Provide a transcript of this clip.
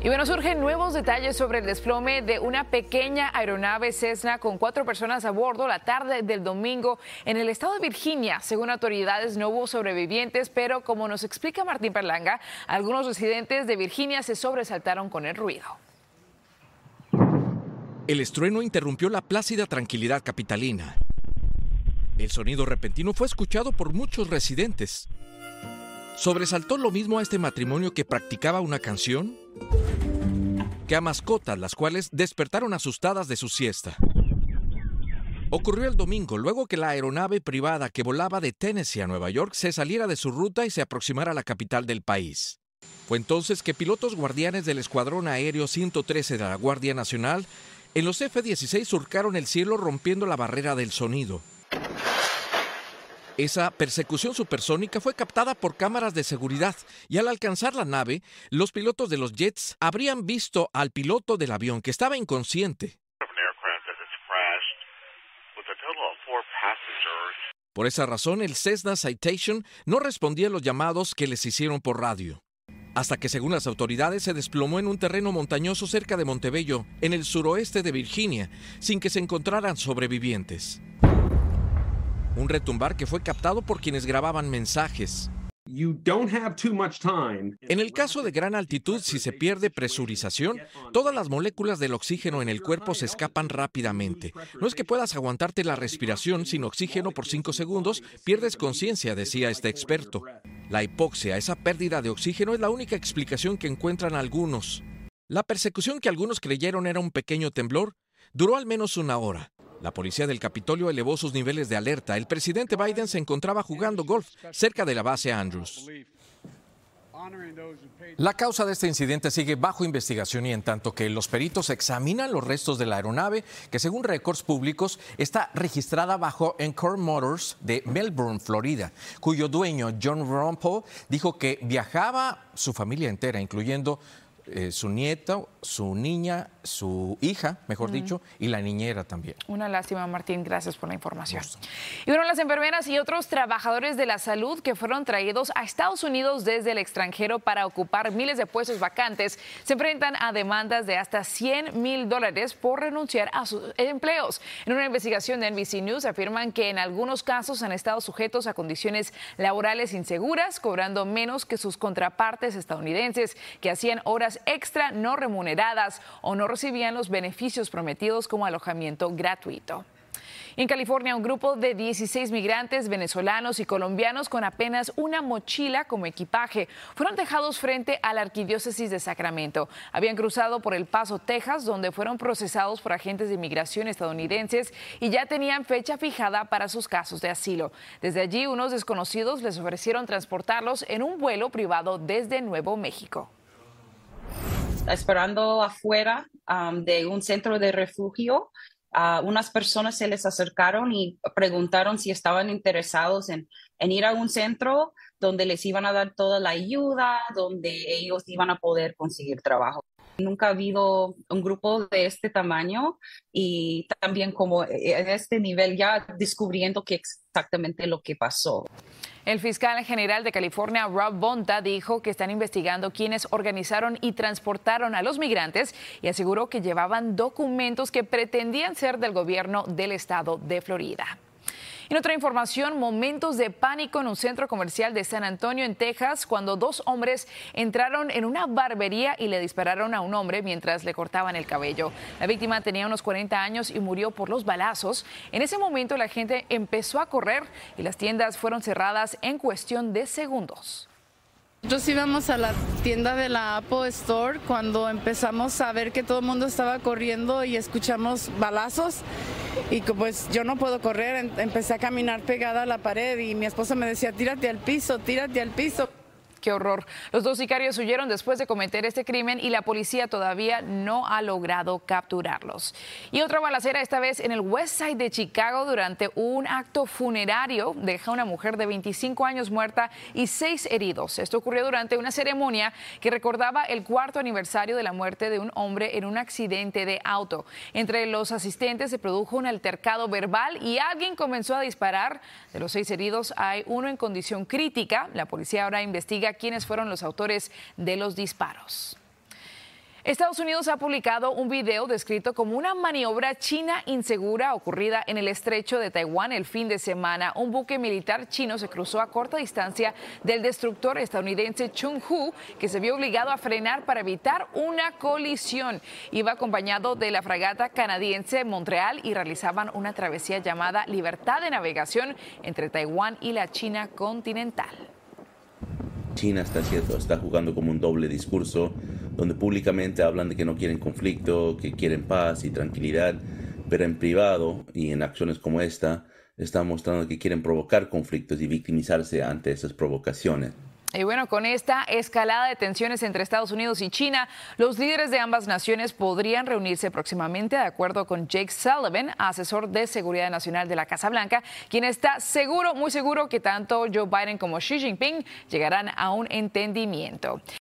Y bueno, surgen nuevos detalles sobre el desplome de una pequeña aeronave Cessna con 4 personas a bordo la tarde del domingo en el estado de Virginia. Según autoridades, no hubo sobrevivientes, pero como nos explica Martín Perlanga, algunos residentes de Virginia se sobresaltaron con el ruido. El estruendo interrumpió la plácida tranquilidad capitalina. El sonido repentino fue escuchado por muchos residentes. ¿Sobresaltó lo mismo a este matrimonio que practicaba una canción? Que a mascotas, las cuales despertaron asustadas de su siesta. Ocurrió el domingo, luego que la aeronave privada que volaba de Tennessee a Nueva York se saliera de su ruta y se aproximara a la capital del país. Fue entonces que pilotos guardianes del Escuadrón Aéreo 113 de la Guardia Nacional en los F-16 surcaron el cielo rompiendo la barrera del sonido. Esa persecución supersónica fue captada por cámaras de seguridad y al alcanzar la nave, los pilotos de los jets habrían visto al piloto del avión que estaba inconsciente. Por esa razón, el Cessna Citation no respondía a los llamados que les hicieron por radio. Hasta que, según las autoridades, se desplomó en un terreno montañoso cerca de Montebello, en el suroeste de Virginia, sin que se encontraran sobrevivientes. Un retumbar que fue captado por quienes grababan mensajes. En el caso de gran altitud, si se pierde presurización, todas las moléculas del oxígeno en el cuerpo se escapan rápidamente. No es que puedas aguantarte la respiración sin oxígeno por 5 segundos, pierdes conciencia, decía este experto. La hipoxia, esa pérdida de oxígeno, es la única explicación que encuentran algunos. La persecución que algunos creyeron era un pequeño temblor duró al menos 1 hora. La policía del Capitolio elevó sus niveles de alerta. El presidente Biden se encontraba jugando golf cerca de la base Andrews. La causa de este incidente sigue bajo investigación y en tanto que los peritos examinan los restos de la aeronave, que según récords públicos está registrada bajo Encore Motors de Melbourne, Florida, cuyo dueño John Rumpel dijo que viajaba su familia entera, incluyendo su nieto, su niña, su hija, mejor dicho, y la niñera también. Una lástima, Martín. Gracias por la información. Y bueno, las enfermeras y otros trabajadores de la salud que fueron traídos a Estados Unidos desde el extranjero para ocupar miles de puestos vacantes se enfrentan a demandas de hasta $100,000 por renunciar a sus empleos. En una investigación de NBC News afirman que en algunos casos han estado sujetos a condiciones laborales inseguras, cobrando menos que sus contrapartes estadounidenses que hacían horas extra no remuneradas o no recibían los beneficios prometidos como alojamiento gratuito. En California, un grupo de 16 migrantes venezolanos y colombianos con apenas una mochila como equipaje fueron dejados frente a la Arquidiócesis de Sacramento. Habían cruzado por El Paso, Texas, donde fueron procesados por agentes de inmigración estadounidenses y ya tenían fecha fijada para sus casos de asilo. Desde allí, unos desconocidos les ofrecieron transportarlos en un vuelo privado desde Nuevo México. Esperando afuera de un centro de refugio, unas personas se les acercaron y preguntaron si estaban interesados en ir a un centro donde les iban a dar toda la ayuda, donde ellos iban a poder conseguir trabajo. Nunca ha habido un grupo de este tamaño y también como en este nivel ya descubriendo qué exactamente lo que pasó. El fiscal general de California, Rob Bonta, dijo que están investigando quienes organizaron y transportaron a los migrantes y aseguró que llevaban documentos que pretendían ser del gobierno del estado de Florida. En otra información, momentos de pánico en un centro comercial de San Antonio, en Texas, cuando 2 hombres entraron en una barbería y le dispararon a un hombre mientras le cortaban el cabello. La víctima tenía unos 40 años y murió por los balazos. En ese momento la gente empezó a correr y las tiendas fueron cerradas en cuestión de segundos. Nosotros íbamos a la tienda de la Apple Store cuando empezamos a ver que todo el mundo estaba corriendo y escuchamos balazos y pues yo no puedo correr, empecé a caminar pegada a la pared y mi esposo me decía, tírate al piso, tírate al piso. Qué horror. Los 2 sicarios huyeron después de cometer este crimen y la policía todavía no ha logrado capturarlos. Y otra balacera, esta vez en el West Side de Chicago, durante un acto funerario, deja a una mujer de 25 años muerta y 6 heridos. Esto ocurrió durante una ceremonia que recordaba el 4º aniversario de la muerte de un hombre en un accidente de auto. Entre los asistentes se produjo un altercado verbal y alguien comenzó a disparar. De los 6 heridos hay uno en condición crítica. La policía ahora investiga quiénes fueron los autores de los disparos. Estados Unidos ha publicado un video descrito como una maniobra china insegura ocurrida en el estrecho de Taiwán el fin de semana. Un buque militar chino se cruzó a corta distancia del destructor estadounidense Chunghu, que se vio obligado a frenar para evitar una colisión. Iba acompañado de la fragata canadiense Montreal y realizaban una travesía llamada Libertad de Navegación entre Taiwán y la China continental. China está jugando como un doble discurso, donde públicamente hablan de que no quieren conflicto, que quieren paz y tranquilidad, pero en privado y en acciones como esta, están mostrando que quieren provocar conflictos y victimizarse ante esas provocaciones. Y bueno, con esta escalada de tensiones entre Estados Unidos y China, los líderes de ambas naciones podrían reunirse próximamente, de acuerdo con Jake Sullivan, asesor de seguridad nacional de la Casa Blanca, quien está seguro, muy seguro, que tanto Joe Biden como Xi Jinping llegarán a un entendimiento.